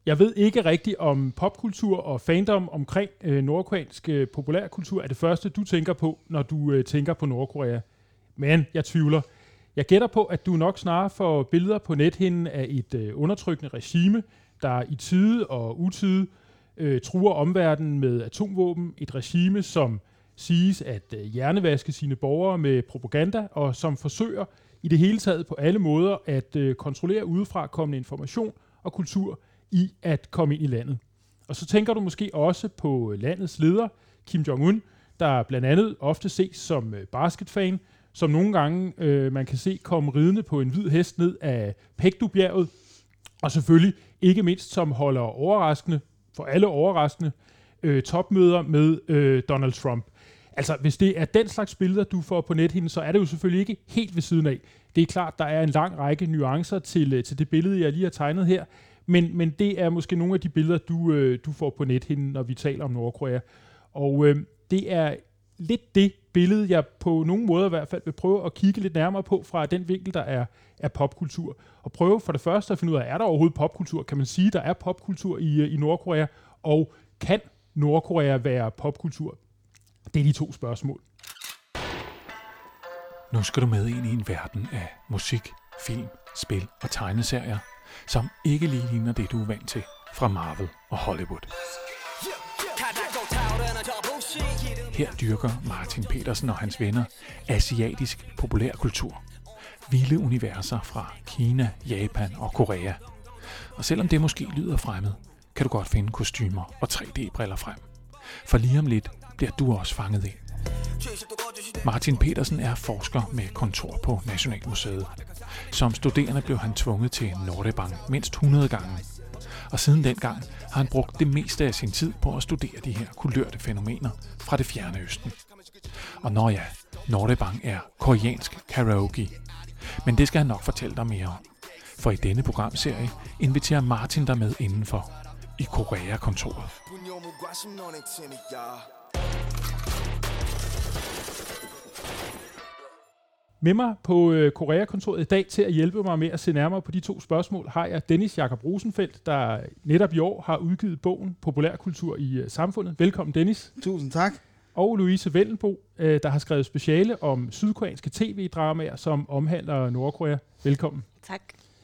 Jeg ved ikke rigtigt om popkultur og fandom omkring nordkoreansk populærkultur er det første, du tænker på, når du tænker på Nordkorea. Men jeg tvivler. Jeg gætter på, at du nok snarere får billeder på nethinden af et undertrykkende regime, der i tide og utide truer omverdenen med atomvåben. Et regime, som siges at hjernevaske sine borgere med propaganda, og som forsøger i det hele taget på alle måder at kontrollere udefra kommende information og kultur i at komme ind i landet. Og så tænker du måske også på landets leder, Kim Jong-un, der blandt andet ofte ses som basketfan, som nogle gange man kan se komme ridende på en hvid hest ned af Paektu-bjerget, og selvfølgelig ikke mindst som holder overraskende, for alle overraskende, topmøder med Donald Trump. Altså, hvis det er den slags billeder, du får på nethinden, så er det jo selvfølgelig ikke helt ved siden af. Det er klart, der er en lang række nuancer til det billede, jeg lige har tegnet her, men det er måske nogle af de billeder, du får på nethinden, når vi taler om Nordkorea. Og det er lidt det billede, jeg på nogle måder i hvert fald vil prøve at kigge lidt nærmere på fra den vinkel, der er popkultur. Og prøve for det første at finde ud af, er der overhovedet popkultur? Kan man sige, der er popkultur i Nordkorea? Og kan Nordkorea være popkultur? Det er de to spørgsmål. Nu skal du med ind i en verden af musik, film, spil og tegneserier, som ikke lige ligner det, du er vant til fra Marvel og Hollywood. Her dyrker Martin Petersen og hans venner asiatisk populærkultur. Vilde universer fra Kina, Japan og Korea. Og selvom det måske lyder fremmed, kan du godt finde kostymer og 3D-briller frem. For lige om lidt bliver du også fanget ind. Martin Petersen er forsker med kontor på Nationalmuseet. Som studerende blev han tvunget til Noraebang mindst 100 gange. Og siden dengang har han brugt det meste af sin tid på at studere de her kulørte fænomener fra det fjerne østen. Og når ja, Noraebang er koreansk karaoke. Men det skal han nok fortælle dig mere om. For i denne programserie inviterer Martin dig med indenfor i Korea-kontoret. Med mig på Korea-kontoret i dag til at hjælpe mig med at se nærmere på de to spørgsmål, har jeg Dennis Jakob Rosenfeldt, der netop i år har udgivet bogen Populærkultur i samfundet. Velkommen, Dennis. Tusind tak. Og Louise Vendelbo, der har skrevet speciale om sydkoreanske tv-dramaer, som omhandler Nordkorea. Velkommen. Tak.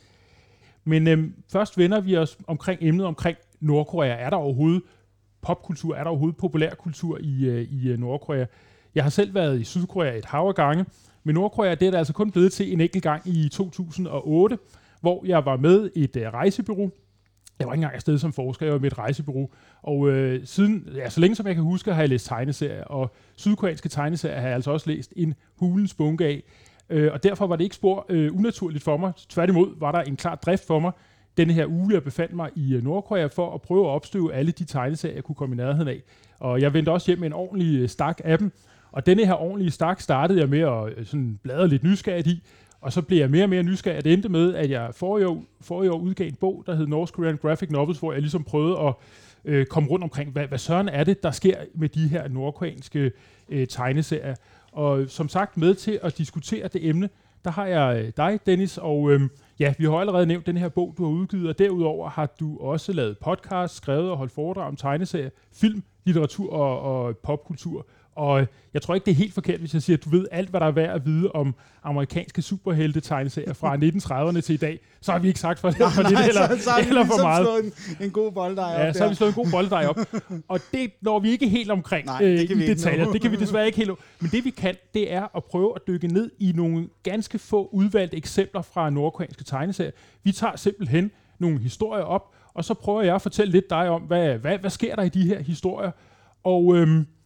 Men først vender vi os omkring emnet omkring Nordkorea. Er der overhovedet popkultur? Er der overhovedet populærkultur i Nordkorea? Jeg har selv været i Sydkorea et hav af gange, men Nordkorea det er der altså kun blevet til en enkelt gang i 2008, hvor jeg var med i et rejsebureau. Jeg var ikke engang afsted som forsker, jeg var med et rejsebureau. Og siden, så længe som jeg kan huske, har jeg læst tegneserier, og sydkoreanske tegneserier har jeg altså også læst en hulens bunke af. Og derfor var det ikke spor unaturligt for mig. Tværtimod var der en klar drift for mig, denne her uge, jeg befandt mig i Nordkorea, for at prøve at opstøve alle de tegneserier, jeg kunne komme i nærheden af. Og jeg vendte også hjem med en ordentlig stak af dem. Og denne her ordentlige stak startede jeg med at sådan bladre lidt nysgerrigt i. Og så blev jeg mere og mere nysgerrig. Det endte med, at jeg forrige år udgav en bog, der hed North Korean Graphic Novels, hvor jeg ligesom prøvede at komme rundt omkring, hvad søren er det, der sker med de her nordkoreanske tegneserier. Og som sagt, med til at diskutere det emne, der har jeg dig, Dennis, og vi har allerede nævnt den her bog, du har udgivet, og derudover har du også lavet podcast, skrevet og holdt foredrag om tegneserier, film, litteratur og popkultur. Og jeg tror ikke, det er helt forkert, hvis jeg siger, at du ved alt, hvad der er værd at vide om amerikanske superhelte-tegneserier fra 1930'erne til i dag. Så har vi ikke sagt for lidt eller for meget. Så har vi slået en god bolddej op. Ja, så har vi slået en god bolddej op. Og det når vi ikke helt omkring i detaljer. Det kan vi desværre ikke helt. Men det vi kan, det er at prøve at dykke ned i nogle ganske få udvalgte eksempler fra nordkoreanske tegneserier. Vi tager simpelthen nogle historier op, og så prøver jeg at fortælle lidt dig om, hvad sker der i de her historier. Og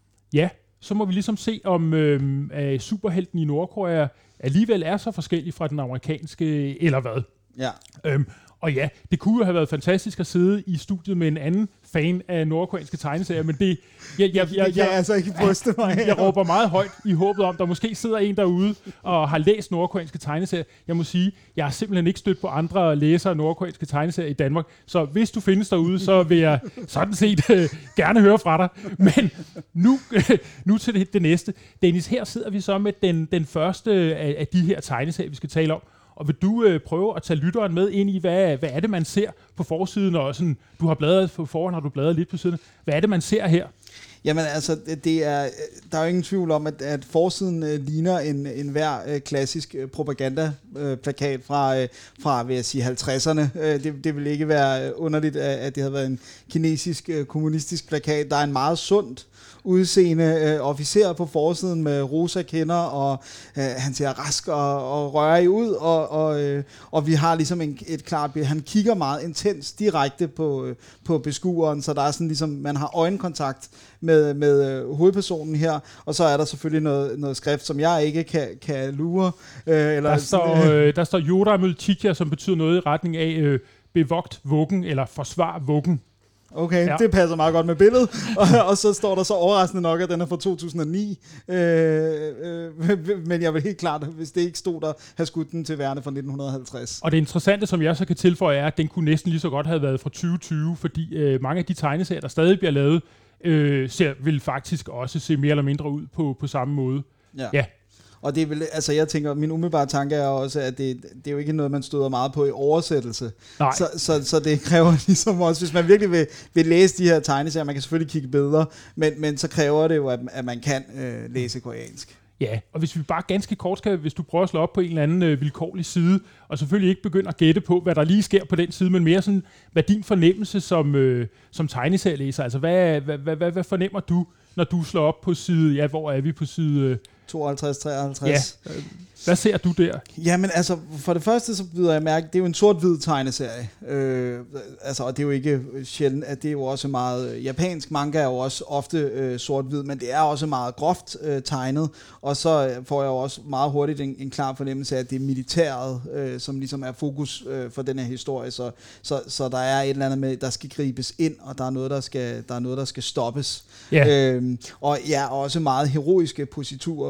så må vi ligesom se, om superhelten i Nordkorea alligevel er så forskellig fra den amerikanske, eller hvad. Ja. Og ja, det kunne jo have været fantastisk at sidde i studiet med en anden fan af nordkoreanske tegneserier, men det... Jeg kan altså ikke bryste mig. Jeg råber meget højt i håbet om, der måske sidder en derude og har læst nordkoreanske tegneserier. Jeg må sige, jeg har simpelthen ikke stødt på andre læsere af nordkoreanske tegneserier i Danmark, så hvis du findes derude, så vil jeg sådan set gerne høre fra dig. Men nu til det næste. Dennis, her sidder vi så med den første af de her tegneserier, vi skal tale om. Og vil du prøve at tage lytteren med ind i, hvad er det, man ser på forsiden, og sådan, du har bladret på forhånd, har du bladret lidt på siden. Hvad er det, man ser her? Jamen altså, der er jo ingen tvivl om, at forsiden ligner en hver klassisk propagandaplakat fra vil jeg sige, 50'erne. Det vil ikke være underligt, at det havde været en kinesisk kommunistisk plakat. Der er en meget sundt udseende officer på forsiden med rosa kinder, og han ser rask og rørig ud, og vi har ligesom et klart billede. Han kigger meget intens direkte på beskueren, så der er sådan ligesom, man har øjenkontakt med hovedpersonen her, og så er der selvfølgelig noget skrift, som jeg ikke kan lure. Der står Yoda Multikia, som betyder noget i retning af bevogt vuggen, eller forsvar vuggen. Okay, ja. Det passer meget godt med billedet. Og så står der så overraskende nok, at den er fra 2009. Men jeg vil helt klart, hvis det ikke stod der, have skudt den til værende fra 1950. Og det interessante, som jeg så kan tilføje, er, at den kunne næsten lige så godt have været fra 2020, fordi mange af de tegneserier, der stadig bliver lavet, vil faktisk også se mere eller mindre ud på samme måde. Ja. Og det er vel, altså jeg tænker, min umiddelbare tanke er også, at det er jo ikke noget, man støder meget på i oversættelse. Så det kræver ligesom også, hvis man virkelig vil læse de her tegneserier, man kan selvfølgelig kigge bedre, men så kræver det jo, at man kan læse koreansk. Ja, og hvis vi bare ganske kort skal, hvis du prøver at slå op på en eller anden vilkårlig side, og selvfølgelig ikke begynder at gætte på, hvad der lige sker på den side, men mere sådan, hvad din fornemmelse som tegneserielæser, altså hvad fornemmer du, når du slår op på side, hvor er vi på side 52, 53. Ja. Hvad ser du der? Jamen altså, for det første så byder jeg mærke, det er jo en sort-hvid tegneserie. Og det er jo ikke sjældent, at det er jo også meget japansk. Manga er jo også ofte sort-hvid, men det er også meget groft tegnet. Og så får jeg jo også meget hurtigt en klar fornemmelse af, at det er militæret, som ligesom er fokus for den her historie. Så der er et eller andet med, der skal gribes ind, og der er noget, der skal stoppes. Ja. Og også meget heroiske positurer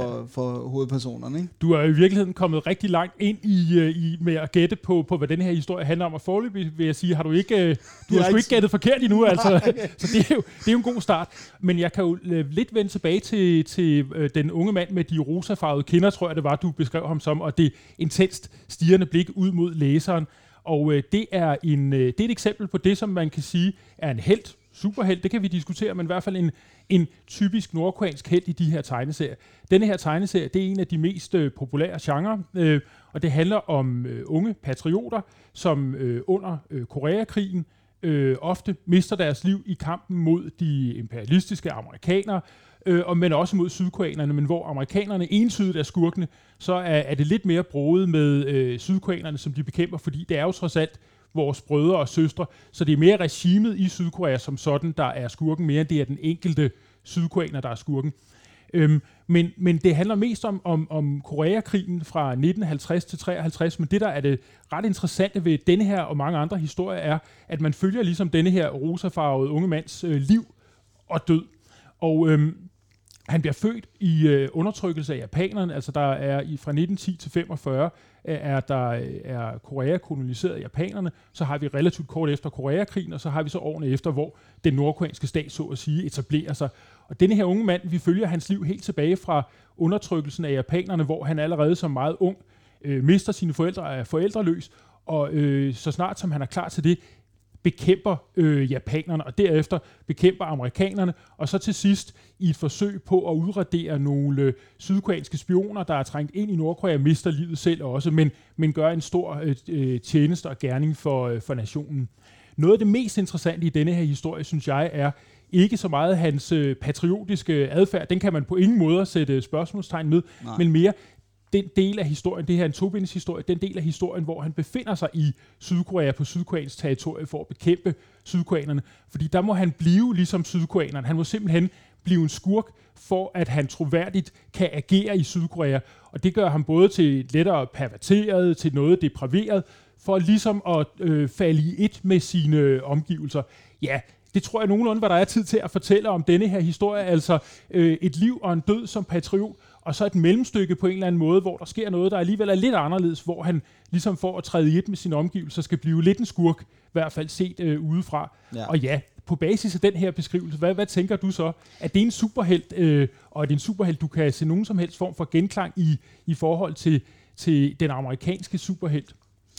for hovedpersonerne, ikke? Du er i virkeligheden kommet rigtig langt ind i med at gætte på, hvad den her historie handler om, og foreløbig vil jeg sige, du har sgu ikke gættet forkert endnu, altså. Så det er jo en god start. Men jeg kan jo lidt vende tilbage til den unge mand med de rosafarvede kinder, tror jeg det var, du beskrev ham som, og det intenst stirrende blik ud mod læseren. Og det er et eksempel på det, som man kan sige er en helt, superhelt, det kan vi diskutere, men i hvert fald en typisk nordkoreansk helt i de her tegneserier. Denne her tegneserie, det er en af de mest populære genrer, og det handler om unge patrioter, som under Koreakrigen ofte mister deres liv i kampen mod de imperialistiske amerikanere, men også mod sydkoreanerne, men hvor amerikanerne entydigt er skurkene, så er det lidt mere broget med sydkoreanerne, som de bekæmper, fordi det er jo trods alt vores brødre og søstre, så det er mere regimet i Sydkorea som sådan, der er skurken, mere end det er den enkelte sydkoreaner, der er skurken. Men det handler mest om Koreakrigen fra 1950 til 53, men det der er det ret interessante ved denne her og mange andre historier er, at man følger ligesom denne her rosafarvede unge mands liv og død. Og han bliver født i undertrykkelse af japanerne, altså der er fra 1910 til 45 er Korea koloniseret af japanerne, så har vi relativt kort efter Koreakrigen, og så har vi så årene efter, hvor den nordkoreanske stat, så at sige, etablerer sig. Og denne her unge mand, vi følger hans liv helt tilbage fra undertrykkelsen af japanerne, hvor han allerede som meget ung mister sine forældre, er forældreløs, og så snart som han er klar til det, bekæmper japanerne, og derefter bekæmper amerikanerne, og så til sidst i et forsøg på at udradere nogle sydkoreanske spioner, der er trængt ind i Nordkorea, mister livet selv også, men gør en stor tjeneste og gerning for nationen. Noget af det mest interessante i denne her historie, synes jeg, er ikke så meget hans patriotiske adfærd, den kan man på ingen måde sætte spørgsmålstegn med, men mere den del af historien, det her er en tobinds historie, den del af historien, hvor han befinder sig i Sydkorea på sydkoreansk territorie for at bekæmpe sydkoreanerne. Fordi der må han blive ligesom sydkoreanerne. Han må simpelthen blive en skurk, for at han troværdigt kan agere i Sydkorea. Og det gør ham både til lettere perverteret, til noget depraveret, for ligesom at falde i et med sine omgivelser. Ja, det tror jeg nogenlunde, hvad der er tid til at fortælle om denne her historie. Altså et liv og en død som patriot, og så et mellemstykke på en eller anden måde, hvor der sker noget, der alligevel er lidt anderledes, hvor han ligesom for at træde i et med sine omgivelser, skal blive lidt en skurk, i hvert fald set udefra. Ja. Og ja, på basis af den her beskrivelse, hvad tænker du så? Er det en superhelt, og er det en superhelt, du kan se nogen som helst form for genklang i forhold til den amerikanske superhelt?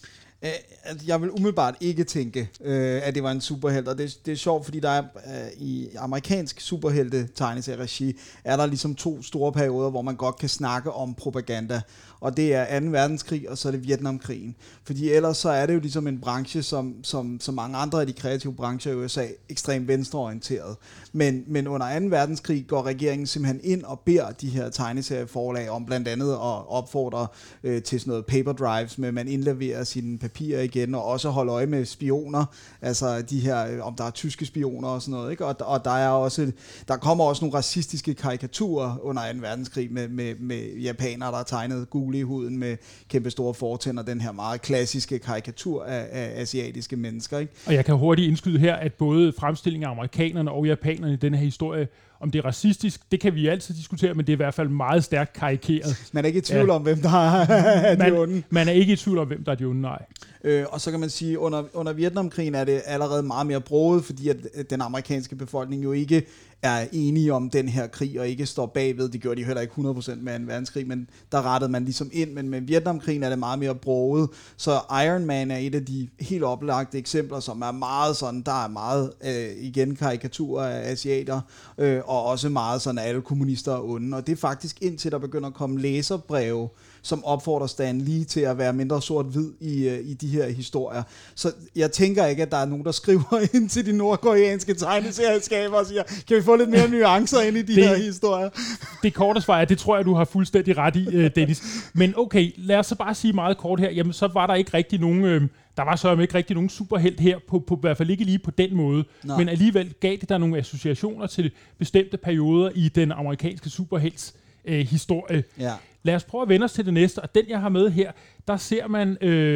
Jeg vil umiddelbart ikke tænke, at det var en superhelt, og det er sjovt, fordi der er i amerikansk superhelte-tegneserie-regi, er der ligesom 2 store perioder, hvor man godt kan snakke om propaganda, og det er 2. verdenskrig, og så er det Vietnamkrigen. Fordi ellers så er det jo ligesom en branche, som mange andre af de kreative brancher i USA, ekstremt venstreorienteret. Men under 2. verdenskrig går regeringen simpelthen ind og beder de her tegneserieforlag om blandt andet at opfordre til sådan noget paper drives, med man indleverer sine papirer igen, og også holde øje med spioner, altså de her, om der er tyske spioner og sådan noget, ikke? Og der kommer også nogle racistiske karikaturer under 2. verdenskrig med japanere, der har tegnet gule i huden med kæmpe store fortænder, den her meget klassiske karikatur af asiatiske mennesker, ikke? Og jeg kan hurtigt indskyde her, at både fremstillingen af amerikanerne og japanerne i den her historie, om det er racistisk, det kan vi altid diskutere, men det er i hvert fald meget stærkt karikeret. Man er ikke i tvivl om, hvem der er de onde. Man er ikke i tvivl om, hvem der er de onde, nej. Og så kan man sige, under Vietnamkrigen er det allerede meget mere broget, fordi at den amerikanske befolkning jo ikke er enige om den her krig, og ikke står bagved. Det gjorde de heller ikke 100% med 2. verdenskrig, men der rettede man ligesom ind. Men med Vietnamkrigen er det meget mere broget. Så Iron Man er et af de helt oplagte eksempler, som er meget sådan, der er meget, igen, karikaturer af asiater, og også meget sådan, at alle kommunister er onde. Og det er faktisk indtil der begynder at komme læserbreve, som opfordrer Stan Lee til at være mindre sort-hvid i de her historier. Så jeg tænker ikke, at der er nogen, der skriver ind til de nordkoreanske tegneserieskaber og siger, kan vi få lidt mere nuancer ind i de her historier? Det korte svar er, det tror jeg, du har fuldstændig ret i, Dennis. Men okay, lad os så bare sige meget kort her. Jamen, så var der ikke rigtig nogen... Der var så ikke rigtig nogen superhelt her, på i hvert fald ikke lige på den måde. Nej. Men alligevel gav det der nogle associationer til bestemte perioder i den amerikanske superhelts historie. Ja. Lad os prøve at vende os til det næste, og den jeg har med her, der ser man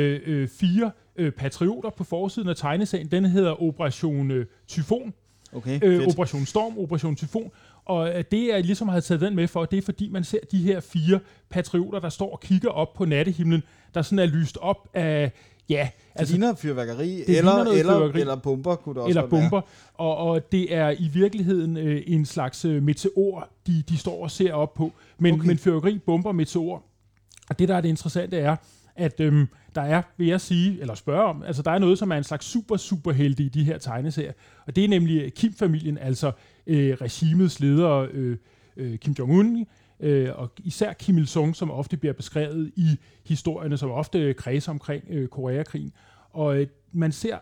4 patrioter på forsiden af tegneserien. Den hedder Operation Tyfon. Okay, Operation Storm, Operation Tyfon. Og det jeg ligesom har taget den med for, det er fordi man ser de her 4 patrioter, der står og kigger op på nattehimlen, der sådan er lyst op af... Ja, altså, det ligner fyrværkeri, eller bomber, kunne det også eller bomber, og det er i virkeligheden en slags meteor, de står og ser op på. Men fyrværkeri, bomber, meteor. Og det, der er det interessante, er, at der er, vil jeg sige, eller spørge om, altså der er noget, som er en slags superhelte i de her tegneserier. Og det er nemlig Kim-familien, altså regimets leder Kim Jong-un, og især Kim Il-sung, som ofte bliver beskrevet i historierne, som ofte kredser omkring Koreakrigen. Og man ser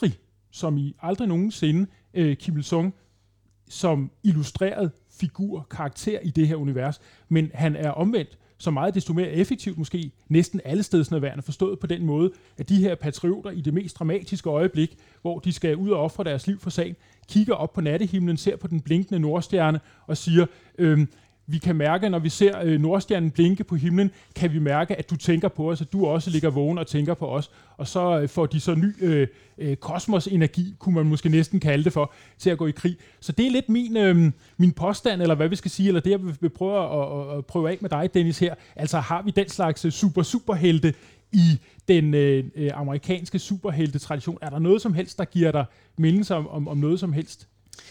aldrig nogensinde Kim Il-sung som illustreret figur, karakter i det her univers, men han er omvendt så meget desto mere effektivt, måske næsten alle stedsnærværende, forstået på den måde, at de her patrioter i det mest dramatiske øjeblik, hvor de skal ud og ofre deres liv for sagen, kigger op på nattehimlen, ser på den blinkende nordstjerne og siger, vi kan mærke, når vi ser nordstjernen blinke på himlen, kan vi mærke, at du tænker på os, at du også ligger vågen og tænker på os. Og så får de så ny kosmosenergi, kunne man måske næsten kalde det for, til at gå i krig. Så det er lidt min påstand, eller hvad vi skal sige, eller det, jeg vil prøve at prøve af med dig, Dennis, her. Altså har vi den slags superhelte i den amerikanske superhelte-tradition? Er der noget som helst, der giver dig mindelse om noget som helst?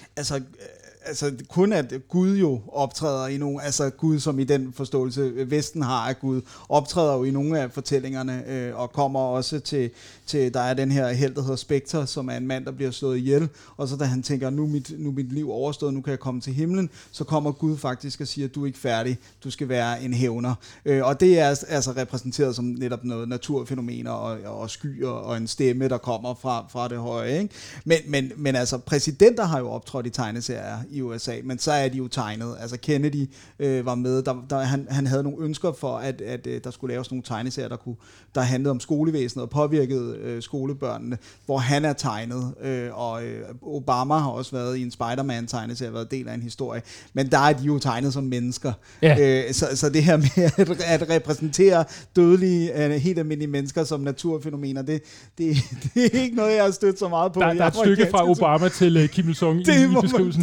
Altså kun at Gud jo optræder i nogle, altså Gud som i den forståelse Vesten har af Gud, optræder jo i nogle af fortællingerne, og kommer også til der er den her helt, der hedder Spectre, som er en mand, der bliver slået ihjel, og så da han tænker, nu mit liv overstået, nu kan jeg komme til himlen, så kommer Gud faktisk og siger, du er ikke færdig, du skal være en hævner. Og det er altså repræsenteret som netop noget naturfænomener og skyer og en stemme, der kommer fra det høje, ikke? Men altså, præsidenter har jo optrådt i tegneserier i USA, men så er de jo tegnet. Altså Kennedy var med, han havde nogle ønsker for, at der skulle laves nogle tegneserier, der handlede om skolevæsenet og påvirkede skolebørnene, hvor han er tegnet, og Obama har også været i en Spider-Man-tegneserie, været del af en historie, men der er de jo tegnet som mennesker. Ja. Så det her med at repræsentere dødelige, helt almindelige mennesker som naturfænomener, det er ikke noget, jeg har stødt så meget på. Der er et stykke fra Obama til Kim Il-sung i beskrivelsen her.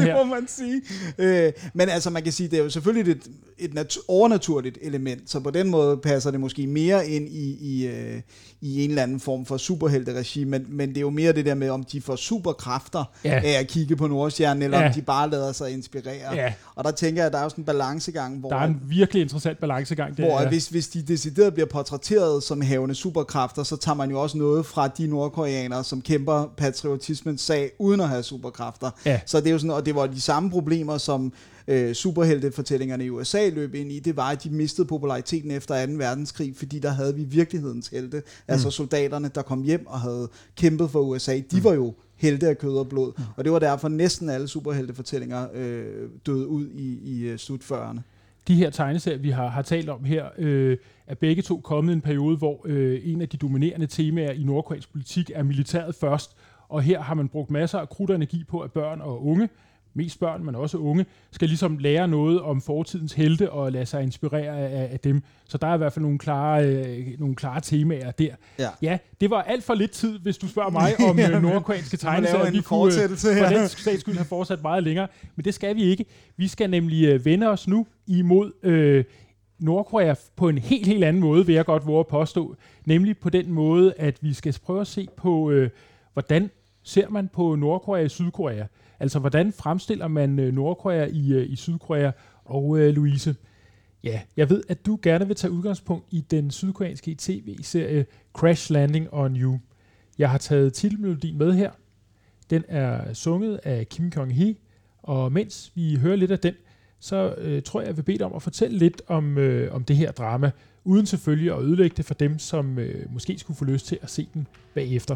man sige. Men altså, man kan sige, det er jo selvfølgelig et overnaturligt element, så på den måde passer det måske mere ind i en eller anden form for superhelteregi, men det er jo mere det der med, om de får superkræfter af at kigge på Nordstjernen, eller om de bare lader sig inspirere. Ja. Og der tænker jeg, at der er jo sådan en balancegang, hvor... Der er en virkelig interessant balancegang. Hvor hvis de decideret bliver portrætteret som havende superkræfter, så tager man jo også noget fra de nordkoreanere, som kæmper patriotismens sag, uden at have superkræfter. Ja. Så det er jo sådan, og det var de samme problemer, som superheltefortællingerne i USA løb ind i, det var, at de mistede populariteten efter 2. verdenskrig, fordi der havde vi virkelighedens helte. Altså soldaterne, der kom hjem og havde kæmpet for USA, de var jo helte af kød og blod. Og det var derfor næsten alle superheltefortællinger døde ud i slut 40'erne. De her tegneserier, vi har talt om her, er begge to kommet i en periode, hvor en af de dominerende temaer i nordkoreansk politik er militæret først, og her har man brugt masser af krudt og energi på, at børn og unge, mest børn, men også unge, skal ligesom lære noget om fortidens helte og lade sig inspirere af dem. Så der er i hvert fald nogle klare temaer der. Ja, det var alt for lidt tid, hvis du spørger mig om nordkoreanske tegneserier. Vi kunne for den sags skyld have fortsat meget længere, men det skal vi ikke. Vi skal nemlig vende os nu imod Nordkorea på en helt anden måde, vil jeg godt våge at påstå. Nemlig på den måde, at vi skal prøve at se på, hvordan ser man på Nordkorea i Sydkorea. Altså, hvordan fremstiller man Nordkorea i Sydkorea? Og Louise, ja, jeg ved, at du gerne vil tage udgangspunkt i den sydkoreanske tv-serie Crash Landing on You. Jeg har taget titelmelodien med her. Den er sunget af Kim Kyung-hee, og mens vi hører lidt af den, så tror jeg vil bede dig om at fortælle lidt om det her drama, uden selvfølgelig at ødelægge det for dem, som måske skulle få lyst til at se den bagefter.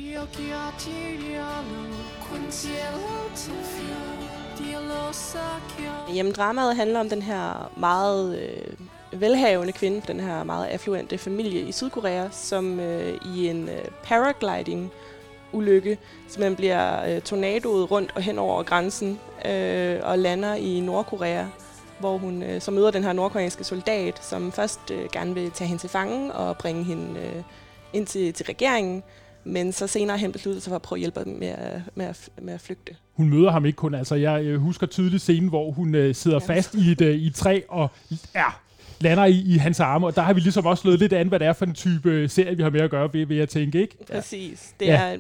Jamen, dramaet handler om den her meget velhavende kvinde, den her meget affluente familie i Sydkorea, som i en paragliding-ulykke, så man bliver tornadoet rundt og hen over grænsen og lander i Nordkorea, hvor hun så møder den her nordkoreanske soldat, som først gerne vil tage hende til fange og bringe hende ind til regeringen, men så senere hen besluttede sig for at prøve at hjælpe dem med at flygte. Hun møder ham ikke kun, altså jeg husker tydeligt scenen, hvor hun sidder fast i et træ og lander i hans arme, og der har vi ligesom også slået lidt an, hvad det er for en type serie, vi har med at gøre, vil jeg tænke, ikke? Præcis. Det er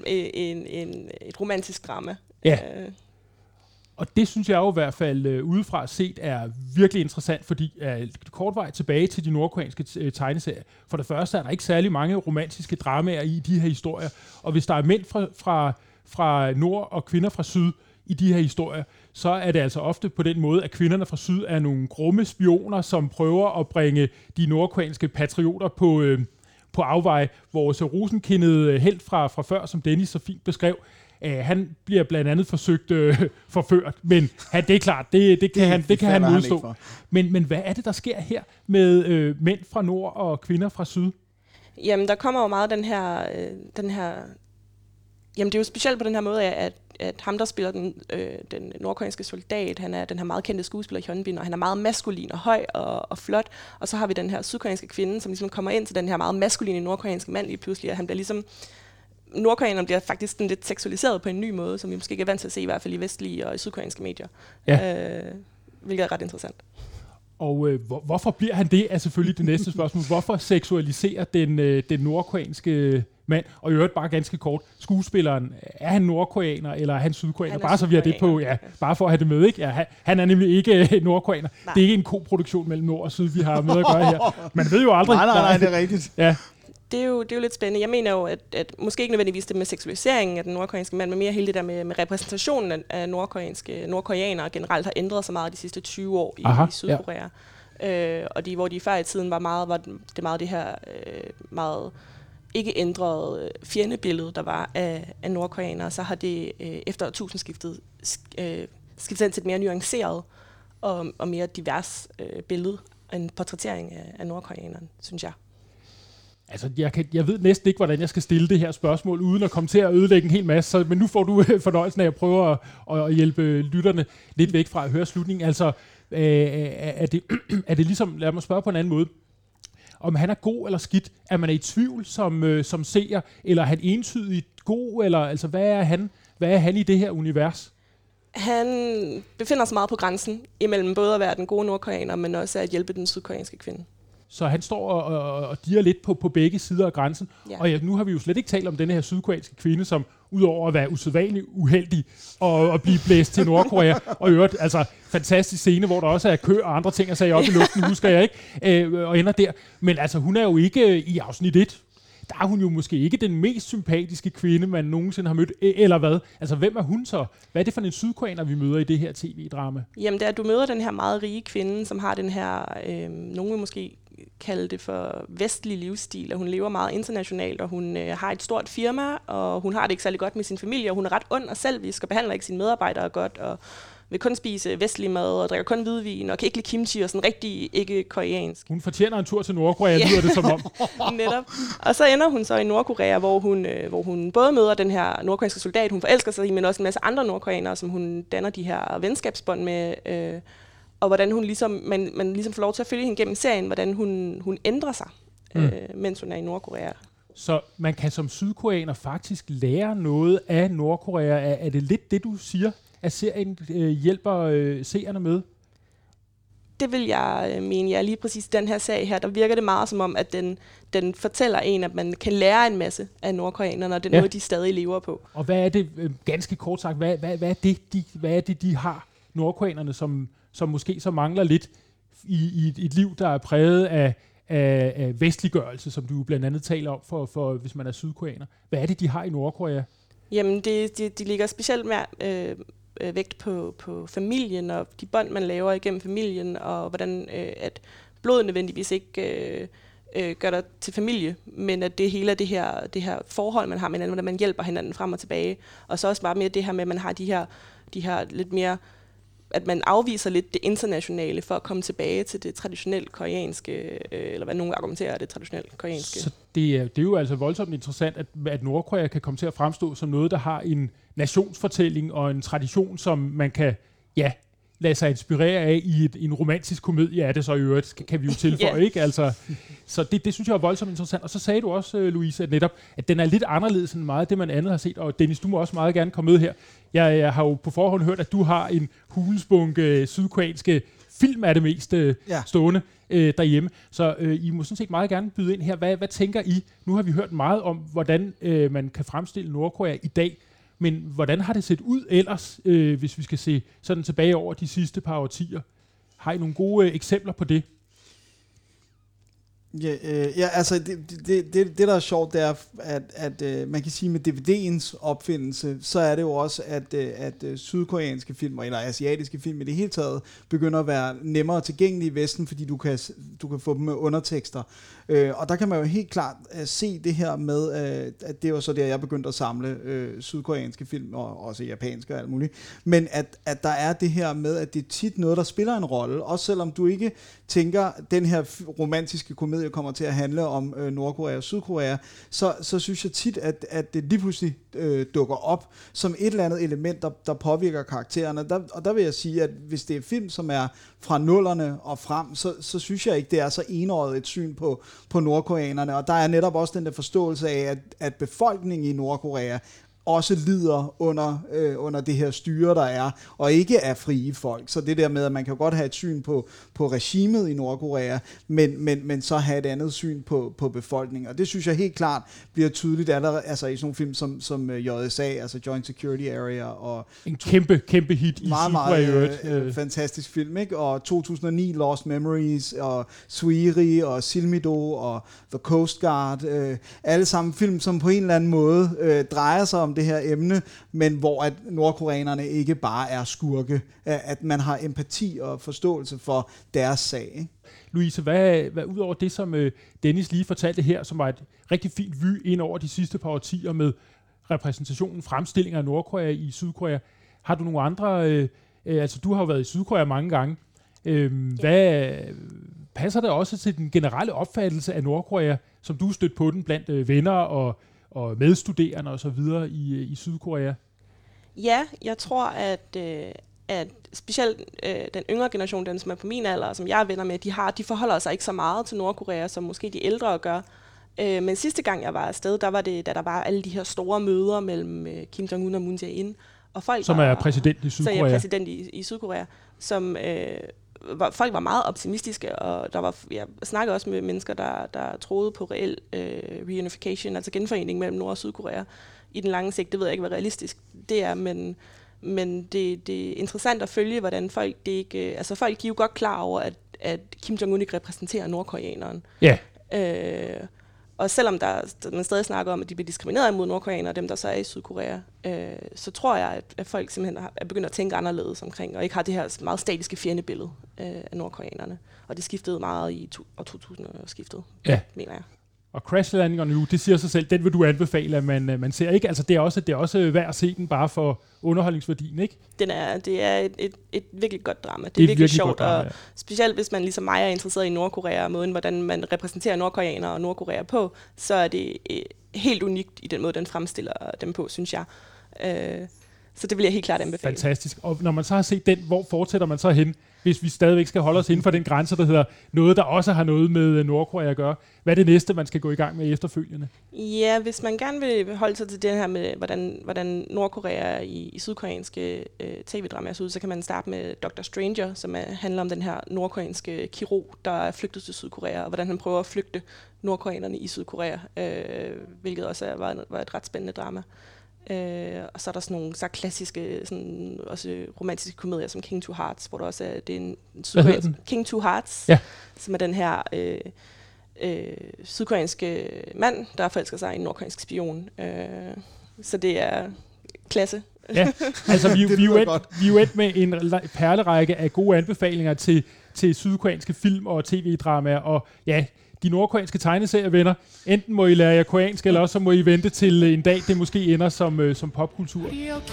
et romantisk drama. Ja. Og det synes jeg jo i hvert fald udefra set er virkelig interessant, fordi kort vej tilbage til de nordkoreanske tegneserier. For det første er der ikke særlig mange romantiske dramaer i de her historier, og hvis der er mænd fra nord og kvinder fra syd i de her historier, så er det altså ofte på den måde, at kvinderne fra syd er nogle grumme spioner, som prøver at bringe de nordkoreanske patrioter på afveje. Vores rosenkindede helt fra før, som Dennis så fint beskrev, han bliver blandt andet forsøgt forført, men det er klart, det kan han modstå. Men hvad er det, der sker her med mænd fra nord og kvinder fra syd? Jamen, der kommer jo meget den her jamen, det er jo specielt på den her måde, at ham, der spiller den nordkoreanske soldat, han er den her meget kendte skuespiller Hyun Bin, og han er meget maskulin og høj og flot. Og så har vi den her sydkoreanske kvinde, som ligesom kommer ind til den her meget maskuline nordkoreanske mand lige pludselig, og han bliver ligesom... Nordkoreanerne bliver faktisk lidt seksualiseret på en ny måde, som vi måske ikke er vant til at se, i hvert fald i vestlige og i sydkoreanske medier. Ja. Hvilket er ret interessant. Og hvorfor bliver han det, er selvfølgelig det næste spørgsmål. Hvorfor seksualiserer den nordkoreanske mand, og i øvrigt bare ganske kort, skuespilleren, er han nordkoreaner, eller er han sydkoreaner? Bare så vi har det på, bare for at have det med, ikke? Ja, han er nemlig ikke nordkoreaner. Nej. Det er ikke en koproduktion mellem nord og syd, vi har med at gøre her. Man ved jo aldrig. Nej, det er rigtigt. Ja. Det er jo lidt spændende. Jeg mener jo, at måske ikke nødvendigvis det med seksualiseringen af den nordkoreanske mand, men mere hele det der med repræsentationen af nordkoreanere generelt har ændret sig meget de sidste 20 år i Sydkorea. Ja. Og hvor de før i tiden var meget det her meget ikke ændrede fjendebillede, der var af nordkoreanere, så har det efter årtusindskiftet skiftet ind til et mere nuanceret og mere divers billede, en portrættering af nordkoreanerne, synes jeg. Altså, jeg ved næsten ikke, hvordan jeg skal stille det her spørgsmål, uden at komme til at ødelægge en hel masse, men nu får du fornøjelsen af at prøve at hjælpe lytterne lidt væk fra at høre slutningen. Altså, er det ligesom, lad mig spørge på en anden måde, om han er god eller skidt? Er man i tvivl som seer, eller er han entydigt god, eller altså, hvad er han i det her univers? Han befinder sig meget på grænsen imellem både at være den gode nordkoreaner, men også at hjælpe den sydkoreanske kvinde. Så han står og dirrer lidt på begge sider af grænsen. Ja. Og nu har vi jo slet ikke talt om denne her sydkoreanske kvinde, som udover at være usædvanligt uheldig og blive blæst til Nordkorea, og i øvrigt, altså fantastisk scene, hvor der også er kø og andre ting, at sige op i luften, husker jeg ikke, og ender der. Men altså, hun er jo ikke i afsnit 1. Der er hun jo måske ikke den mest sympatiske kvinde, man nogensinde har mødt, eller hvad? Altså, hvem er hun så? Hvad er det for en sydkoreaner, vi møder i det her tv-drama? Jamen, det er, at du møder den her meget rige kvinde, som har den her, nogen vil måske kalde det for vestlig livsstil, og hun lever meget internationalt, og hun har et stort firma, og hun har det ikke særlig godt med sin familie, og hun er ret ond og selvisk, og behandler ikke sine medarbejdere godt, og vil kun spise vestlig mad, og drikker kun hvidvin, og kan ikke lide kimchi, og sådan rigtig ikke koreansk. Hun fortjener en tur til Nordkorea, lyder det som om. Netop. Og så ender hun så i Nordkorea, hvor hun både møder den her nordkoreanske soldat, hun forelsker sig i, men også en masse andre nordkoreanere, som hun danner de her venskabsbånd med, og hvordan hun ligesom, man ligesom får lov til at følge hende gennem serien, hvordan hun ændrer sig, mens hun er i Nordkorea. Så man kan som sydkoreaner faktisk lære noget af Nordkorea. Er det lidt det, du siger, at serien hjælper seerne med? Det vil jeg mene, ja, lige præcis den her sag her, der virker det meget som om, at den fortæller en, at man kan lære en masse af nordkoreanerne, og det er noget, de stadig lever på. Og hvad er det, ganske kort sagt, hvad er det, de har, nordkoreanerne, som måske så mangler lidt i et liv, der er præget af vestliggørelse, som du blandt andet taler om, for hvis man er sydkoreaner. Hvad er det, de har i Nordkorea? Jamen, de ligger specielt mere vægt på familien, og de bånd, man laver igennem familien, og hvordan at blodet nødvendigvis ikke gør dig til familie, men at det hele er det her forhold, man har med hinanden, hvordan man hjælper hinanden frem og tilbage. Og så også bare mere det her med, at man har de her lidt mere, at man afviser lidt det internationale for at komme tilbage til det traditionelt koreanske, eller hvad nogen argumenterer, det traditionelt koreanske. Så det er jo altså voldsomt interessant, at Nordkorea kan komme til at fremstå som noget, der har en nationsfortælling og en tradition, som man kan lade sig inspirere af i en romantisk komedie, er det så i øvrigt, kan vi jo tilføje, ikke? Altså, så det synes jeg er voldsomt interessant. Og så sagde du også, Louise, at den er lidt anderledes end meget det, man andet har set. Og Dennis, du må også meget gerne komme med her. Jeg har jo på forhånd hørt, at du har en hulesbunke sydkoreanske film er det mest stående derhjemme. Så I må sådan set meget gerne byde ind her. Hvad tænker I? Nu har vi hørt meget om, hvordan man kan fremstille Nordkorea i dag. Men hvordan har det set ud ellers, hvis vi skal se sådan tilbage over de sidste par årtier? Har I nogle gode eksempler på det? Ja, altså det der er sjovt, det er, at man kan sige med DVD'ens opfindelse, så er det jo også, at sydkoreanske film, eller asiatiske film i det hele taget, begynder at være nemmere tilgængelige i Vesten, fordi du kan få dem med undertekster. Og der kan man jo helt klart se det her med, at det var så der, jeg begyndte at samle sydkoreanske film, og også japanske og alt muligt. Men at der er det her med, at det er tit noget, der spiller en rolle, også selvom du ikke tænker, den her romantiske komedie kommer til at handle om Nordkorea og Sydkorea, så synes jeg tit, at det lige pludselig dukker op som et eller andet element, der påvirker karaktererne. Og der vil jeg sige, at hvis det er film, som er fra nullerne og frem, så synes jeg ikke, det er så enøjet et syn på nordkoreanerne. Og der er netop også den der forståelse af, at befolkningen i Nordkorea også lider under det her styre, der er, og ikke er frie folk. Så det der med, at man kan godt have et syn på regimet i Nordkorea, men så have et andet syn på befolkningen. Og det synes jeg helt klart bliver tydeligt allerede, altså i sådan nogle film som JSA, altså Joint Security Area. Og en kæmpe hit i meget fantastisk film, ikke? Og 2009 Lost Memories, og Suiri, og Silmido, og The Coast Guard. Alle sammen film, som på en eller anden måde drejer sig om det her emne, men hvor at nordkoreanerne ikke bare er skurke, at man har empati og forståelse for deres sag. Ikke? Louise, hvad ud over det, som Dennis lige fortalte her, som var et rigtig fint vy ind over de sidste par årtier med repræsentationen, fremstillinger af Nordkorea i Sydkorea, har du nogle andre, altså du har jo været i Sydkorea mange gange, hvad passer det også til den generelle opfattelse af Nordkorea, som du stødte på den blandt venner og medstuderende og så videre i Sydkorea? Ja, jeg tror, at specielt den yngre generation, den som er på min alder, som jeg er venner med, de forholder sig ikke så meget til Nordkorea, som måske de ældre gør. Men sidste gang jeg var afsted, der var det, da der var alle de her store møder mellem Kim Jong-un og Moon Jae-in, Og folk som er præsident i Sydkorea. Så er præsident i Sydkorea, som folk var meget optimistiske, og jeg snakkede også med mennesker, der troede på reel reunification, altså genforening mellem Nord- og Sydkorea. I den lange sigt, det ved jeg ikke, hvad realistisk det er, men det er interessant at følge, hvordan folk, folk er jo godt klar over, at Kim Jong-un ikke repræsenterer nordkoreaneren. Ja. Og selvom man stadig snakker om, at de bliver diskrimineret imod nordkoreanere, dem der så er i Sydkorea, så tror jeg, at folk simpelthen er begyndt at tænke anderledes omkring, og ikke har det her meget statiske fjendebillede af nordkoreanerne. Og det skiftede meget i år 2000 skiftet, mener jeg. Og Crash Landing on You, det siger sig selv, den vil du anbefale, at man ser ikke. Altså det er også værd at se den bare for underholdningsværdien, ikke? Det er et virkelig godt drama. Det er virkelig sjovt, drama, og specielt hvis man ligesom mig er interesseret i Nordkorea og måden, hvordan man repræsenterer nordkoreanere og Nordkorea på, så er det helt unikt i den måde, den fremstiller dem på, synes jeg. Så det vil jeg helt klart anbefale. Fantastisk. Og når man så har set den, hvor fortsætter man så hen, hvis vi stadigvæk skal holde os inden for den grænse, der hedder noget, der også har noget med Nordkorea at gøre? Hvad er det næste, man skal gå i gang med efterfølgende? Ja, hvis man gerne vil holde sig til det her med, hvordan Nordkorea i sydkoreanske tv-dramaer ser ud, så kan man starte med Dr. Stranger, som handler om den her nordkoreanske kirurg, der er flygtet til Sydkorea, og hvordan han prøver at flygte nordkoreanerne i Sydkorea, hvilket også var et ret spændende drama. Og så er der sådan nogle klassiske, sådan, også romantiske komedier som King Two Hearts, hvor der også er, det er en King Two Hearts, som er den her sydkoreanske mand, der forelsker sig i en nordkoreansk spion. Så det er klasse. Ja, altså vi er jo et med en perlerække af gode anbefalinger til sydkoreanske film og tv-dramaer, og ja, de nordkoreanske tegneserievenner. Enten må I lære jer koreansk, eller også så må I vente til en dag, det måske ender som popkultur.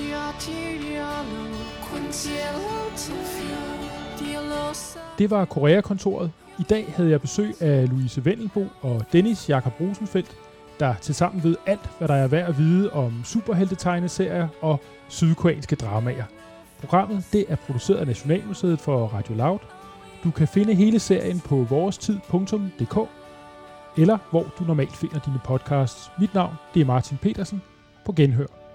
Det var Korea-kontoret. I dag havde jeg besøg af Louise Vendelbo og Dennis Jakob Rosenfeldt, der tilsammen ved alt, hvad der er værd at vide om superheltetegneserier og sydkoreanske dramaer. Programmet det er produceret af Nationalmuseet for Radio Loud. Du kan finde hele serien på vorestid.dk eller hvor du normalt finder dine podcasts. Mit navn det er Martin Petersen. På genhør.